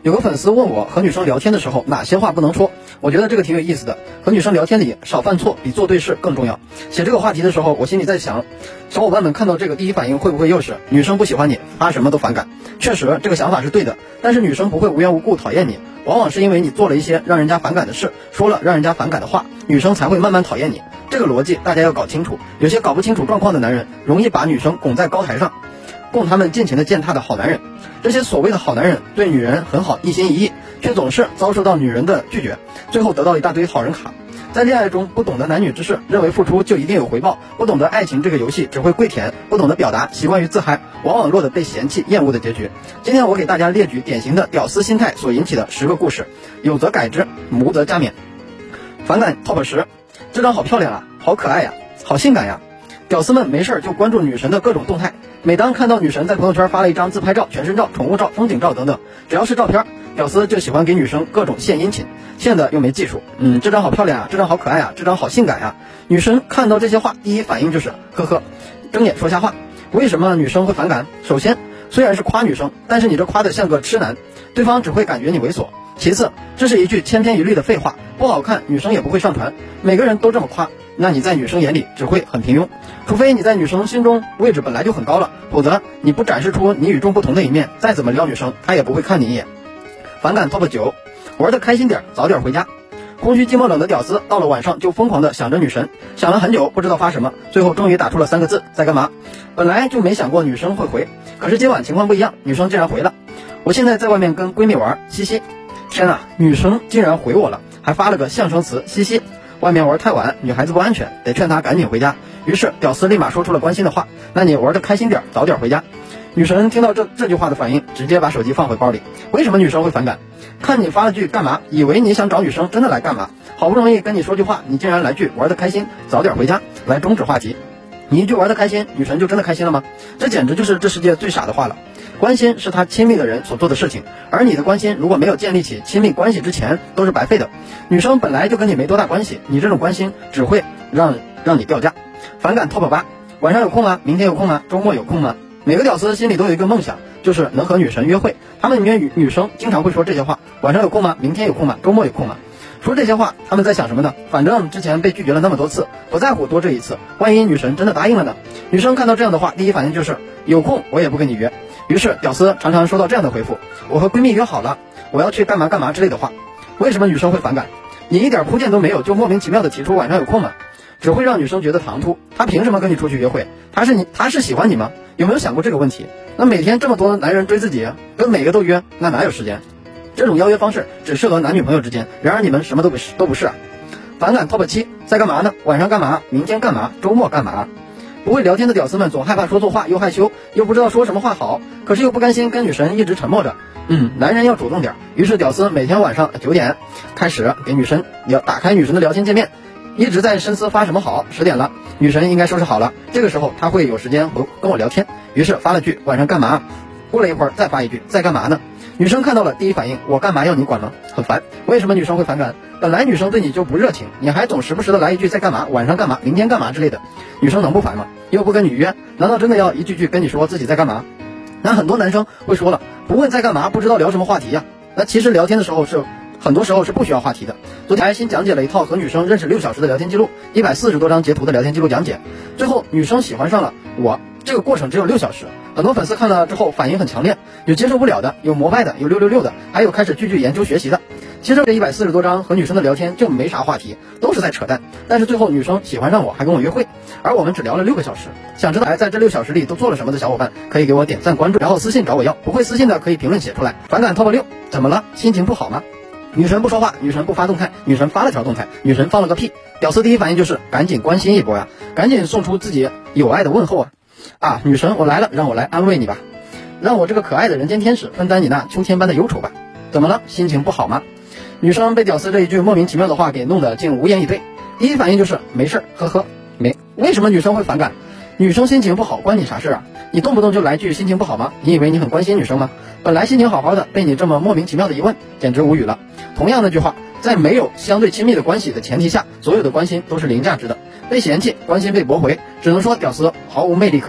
有个粉丝问我和女生聊天的时候哪些话不能说，我觉得这个挺有意思的。和女生聊天里少犯错比做对事更重要。写这个话题的时候，我心里在想，小伙伴们看到这个第一反应会不会又是女生不喜欢你，发什么都反感？确实这个想法是对的，但是女生不会无缘无故讨厌你，往往是因为你做了一些让人家反感的事，说了让人家反感的话，女生才会慢慢讨厌你。这个逻辑大家要搞清楚，有些搞不清楚状况的男人容易把女生拱在高台上，供他们尽情的践踏的好男人。这些所谓的好男人对女人很好，一心一意，却总是遭受到女人的拒绝，最后得到一大堆好人卡。在恋爱中不懂得男女之事，认为付出就一定有回报，不懂得爱情这个游戏只会跪舔，不懂得表达，习惯于自嗨，往往落得被嫌弃厌恶的结局。今天我给大家列举典型的屌丝心态所引起的10个故事，有则改之，无则加勉。反感 TOP 10，这张好漂亮啊，好可爱呀，好性感呀。屌丝们没事就关注女神的各种动态，每当看到女神在朋友圈发了一张自拍照、全身照、宠物照、风景照等等，只要是照片，屌丝就喜欢给女生各种献殷勤，献的又没技术。这张好漂亮啊，这张好可爱啊，这张好性感啊。女生看到这些话，第一反应就是呵呵，睁眼说瞎话。为什么女生会反感？首先，虽然是夸女生，但是你这夸的像个痴男，对方只会感觉你猥琐。其次，这是一句千篇一律的废话，不好看，女生也不会上传。每个人都这么夸，那你在女生眼里只会很平庸，除非你在女生心中位置本来就很高了，否则你不展示出你与众不同的一面，再怎么撩女生，她也不会看你一眼。反感 TOP 9，玩得开心点，早点回家。空虚寂寞冷的屌丝到了晚上就疯狂的想着女神，想了很久不知道发什么，最后终于打出了3个字，在干嘛。本来就没想过女生会回，可是今晚情况不一样，女生竟然回了。我现在在外面跟闺蜜玩，嘻嘻。天哪，女生竟然回我了，还发了个象声词，嘻嘻。外面玩太晚，女孩子不安全，得劝她赶紧回家。于是屌丝立马说出了关心的话，那你玩得开心点，早点回家。女神听到这句话的反应，直接把手机放回包里。为什么女生会反感？看你发了句干嘛，以为你想找女生真的来干嘛，好不容易跟你说句话，你竟然来句玩得开心，早点回家，来终止话题。你一句玩得开心，女神就真的开心了吗？这简直就是这世界最傻的话了。关心是他亲密的人所做的事情，而你的关心如果没有建立起亲密关系之前都是白费的。女生本来就跟你没多大关系，你这种关心只会让你掉价。反感 TOP 8，晚上有空吗？明天有空吗？周末有空吗？每个屌丝心里都有一个梦想，就是能和女神约会。他们里面女生经常会说这些话，晚上有空吗？明天有空吗？周末有空吗？说这些话他们在想什么呢？反正之前被拒绝了那么多次，不在乎多这一次，万一女神真的答应了呢？女生看到这样的话，第一反应就是有空我也不跟你约。于是屌丝常常收到这样的回复，我和闺蜜约好了，我要去干嘛干嘛之类的话。为什么女生会反感？你一点铺垫都没有，就莫名其妙的提出晚上有空吗？只会让女生觉得唐突。她凭什么跟你出去约会？她是喜欢你吗？有没有想过这个问题？那每天这么多男人追自己，跟每个都约，那哪有时间？这种邀约方式只适合男女朋友之间，然而你们什么都不是啊。反感 TOP 7，在干嘛呢？晚上干嘛？明天干嘛？周末干嘛？不会聊天的屌丝们总害怕说错话，又害羞，又不知道说什么话好，可是又不甘心跟女神一直沉默着。男人要主动点。于是屌丝每天晚上9点开始给女神打开女神的聊天界面，一直在深思发什么好。10点了，女神应该收拾好了，这个时候她会有时间跟我聊天，于是发了句晚上干嘛。过了一会儿再发一句在干嘛呢？女生看到了，第一反应我干嘛要你管吗？很烦。为什么女生会反感？本来女生对你就不热情，你还总时不时的来一句在干嘛，晚上干嘛，明天干嘛之类的，女生能不烦吗？又不跟你约，难道真的要一句句跟你说自己在干嘛？那很多男生会说了，不问在干嘛，不知道聊什么话题呀。那其实聊天的时候很多时候是不需要话题的。昨天新讲解了一套和女生认识6小时的聊天记录，140多张截图的聊天记录讲解，最后女生喜欢上了我，这个过程只有6小时。很多粉丝看了之后反应很强烈，有接受不了的，有膜拜的，有666的，还有开始句研究学习的。其实这140多张和女生的聊天就没啥话题，都是在扯淡，但是最后女生喜欢上我，还跟我约会，而我们只聊了6个小时。想知道在这6小时里都做了什么的小伙伴，可以给我点赞关注，然后私信找我要，不会私信的可以评论写出来。反感 TOP 6，怎么了？心情不好吗？女神不说话，女神不发动态，女神发了条动态，女神放了个屁。屌丝第一反应就是赶紧关心一波呀，赶紧送出自己有爱的问候啊！女神我来了，让我来安慰你吧，让我这个可爱的人间天使分担你那秋天般的忧愁吧。怎么了？心情不好吗？女生被屌丝这一句莫名其妙的话给弄得竟无言以对，第一反应就是没事，呵呵。为什么女生会反感？女生心情不好关你啥事啊？你动不动就来句心情不好吗？你以为你很关心女生吗？本来心情好好的，被你这么莫名其妙的一问，简直无语了。同样那句话，在没有相对亲密的关系的前提下，所有的关心都是零价值的。被嫌弃，关心被驳回，只能说屌丝毫无魅力可言。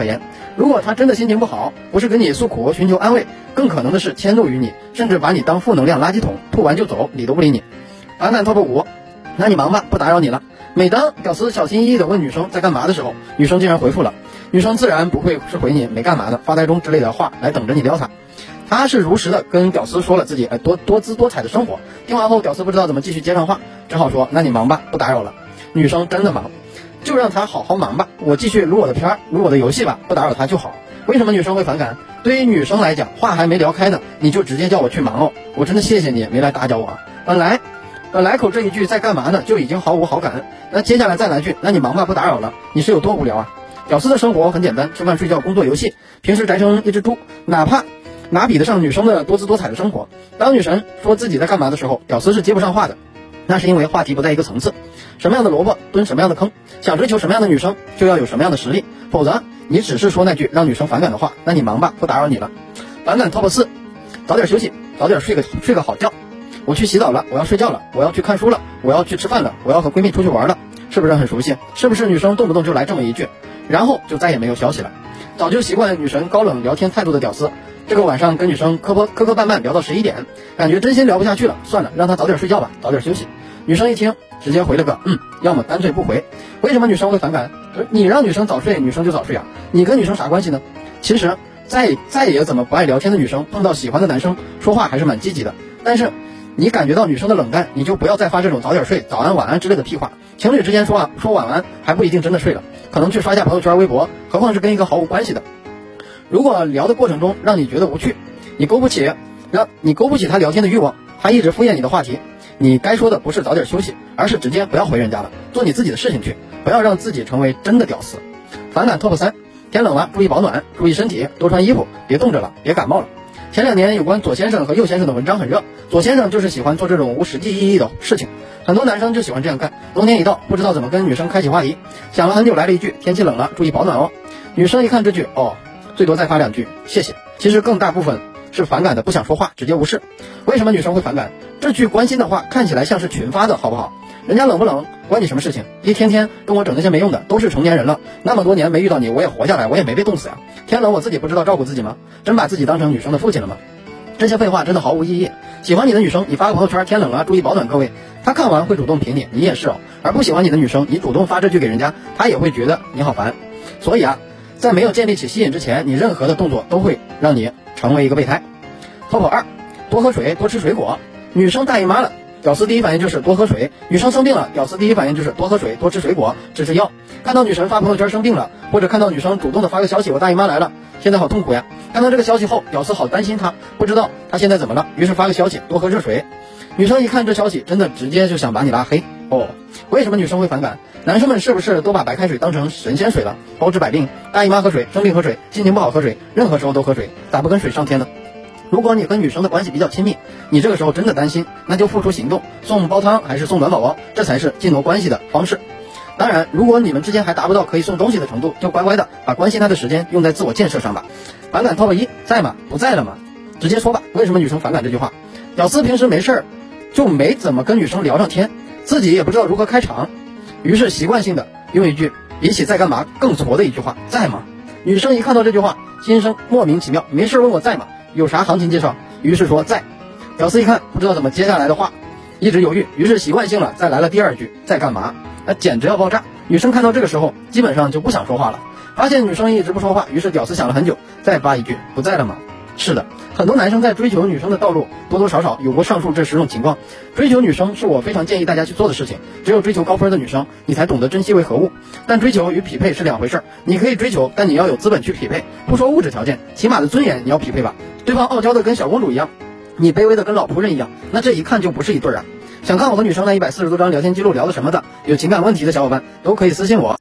如果他真的心情不好，不是跟你诉苦寻求安慰，更可能的是迁怒于你，甚至把你当负能量垃圾桶，吐完就走，理都不理你。反感 TOP5，那你忙吧，不打扰你了。每当屌丝小心翼翼地问女生在干嘛的时候，女生竟然回复了，女生自然不会是回你没干嘛的发呆中之类的话来等着你撩她，她是如实的跟屌丝说了自己多姿多彩的生活。听完后，屌丝不知道怎么继续接上话，只好说那你忙吧，不打扰了。女生真的忙，就让她好好忙吧，我继续撸我的片儿，撸我的游戏吧，不打扰她就好。为什么女生会反感？对于女生来讲，话还没聊开呢，你就直接叫我去忙哦，我真的谢谢你没来打搅我啊。本来口这一句在干嘛呢就已经毫无好感，那接下来再来句那你忙吧不打扰了，你是有多无聊啊？屌丝的生活很简单，吃饭睡觉工作游戏，平时宅成一只猪，哪比得上女生的多姿多彩的生活？当女神说自己在干嘛的时候，屌丝是接不上话的，那是因为话题不在一个层次。什么样的萝卜蹲什么样的坑，想追求什么样的女生就要有什么样的实力，否则你只是说那句让女生反感的话，那你忙吧不打扰你了。反感 TOP4，早点休息，早点睡个好觉。我去洗澡了，我要睡觉了，我要去看书了，我要去吃饭了，我要和闺蜜出去玩了，是不是很熟悉？是不是女生动不动就来这么一句，然后就再也没有消息了？早就习惯女神高冷聊天态度的屌丝，这个晚上跟女生磕磕绊绊聊到11点，感觉真心聊不下去了，算了，让她早点睡觉吧，早点休息。女生一听，直接回了个要么干脆不回。为什么女生会反感？你让女生早睡，女生就早睡啊，你跟女生啥关系呢？其实再也怎么不爱聊天的女生，碰到喜欢的男生说话还是蛮积极的，但是你感觉到女生的冷淡，你就不要再发这种早点睡、早安、晚安之类的屁话。情侣之间说晚安还不一定真的睡了，可能去刷下朋友圈、微博，何况是跟一个毫无关系的。如果聊的过程中让你觉得无趣，你勾不起他聊天的欲望，他一直敷衍你的话题，你该说的不是早点休息，而是直接不要回人家了，做你自己的事情去，不要让自己成为真的屌丝。反感 TOP3，天冷了注意保暖，注意身体，多穿衣服，别冻着了，别感冒了。前2年有关左先生和右先生的文章很热，左先生就是喜欢做这种无实际意义的事情，很多男生就喜欢这样干。冬天一到，不知道怎么跟女生开启话题，想了很久来了一句天气冷了注意保暖哦。女生一看这句最多再发2句谢谢，其实更大部分是反感的不想说话，直接无视。为什么女生会反感？这句关心的话看起来像是群发的好不好？人家冷不冷关你什么事情？一天天跟我整那些没用的，都是成年人了，那么多年没遇到你我也活下来，我也没被冻死呀。天冷我自己不知道照顾自己吗？真把自己当成女生的父亲了吗？这些废话真的毫无意义。喜欢你的女生，你发个朋友圈天冷了注意保暖，各位，她看完会主动评你，你也是哦。而不喜欢你的女生，你主动发这句给人家，她也会觉得你好烦。所以在没有建立起吸引之前，你任何的动作都会让你成为一个备胎。TOP2，多喝水，多吃水果。女生大姨妈了，屌丝第一反应就是多喝水；女生生病了，屌丝第一反应就是多喝水、多吃水果、吃药。看到女神发朋友圈生病了，或者看到女生主动的发个消息我大姨妈来了，现在好痛苦呀。看到这个消息后，屌丝好担心她，不知道她现在怎么了，于是发个消息多喝热水。女生一看这消息，真的直接就想把你拉黑为什么女生会反感？男生们是不是都把白开水当成神仙水了？包治百病，大姨妈喝水，生病喝水，心情不好喝水，任何时候都喝水，咋不跟水上天呢？如果你和女生的关系比较亲密，你这个时候真的担心，那就付出行动，送煲汤还是送暖宝宝，这才是竞夺关系的方式。当然，如果你们之间还达不到可以送东西的程度，就乖乖的把关心他的时间用在自我建设上吧。反感 TOP1，在吗？不在了吗？直接说吧。为什么女生反感这句话？屌丝平时没事就没怎么跟女生聊上天，自己也不知道如何开场，于是习惯性的用一句比起在干嘛更挫的一句话，在吗？女生一看到这句话，心生莫名其妙，没事问我在吗？有啥行情介绍？于是说在。屌丝一看不知道怎么接下来的话，一直犹豫，于是习惯性了再来了第2句在干嘛，那简直要爆炸。女生看到这个时候基本上就不想说话了，发现女生一直不说话，于是屌丝想了很久，再发一句不在了吗？是的，很多男生在追求女生的道路多多少少有过上述这10种情况。追求女生是我非常建议大家去做的事情，只有追求高分的女生，你才懂得珍惜为何物。但追求与匹配是2回事，你可以追求，但你要有资本去匹配，不说物质条件，起码的尊严你要匹配吧。对方傲娇的跟小公主一样，你卑微的跟老仆人一样，那这一看就不是一对啊。想看我和女生那140多张聊天记录聊的什么的，有情感问题的小伙伴都可以私信我。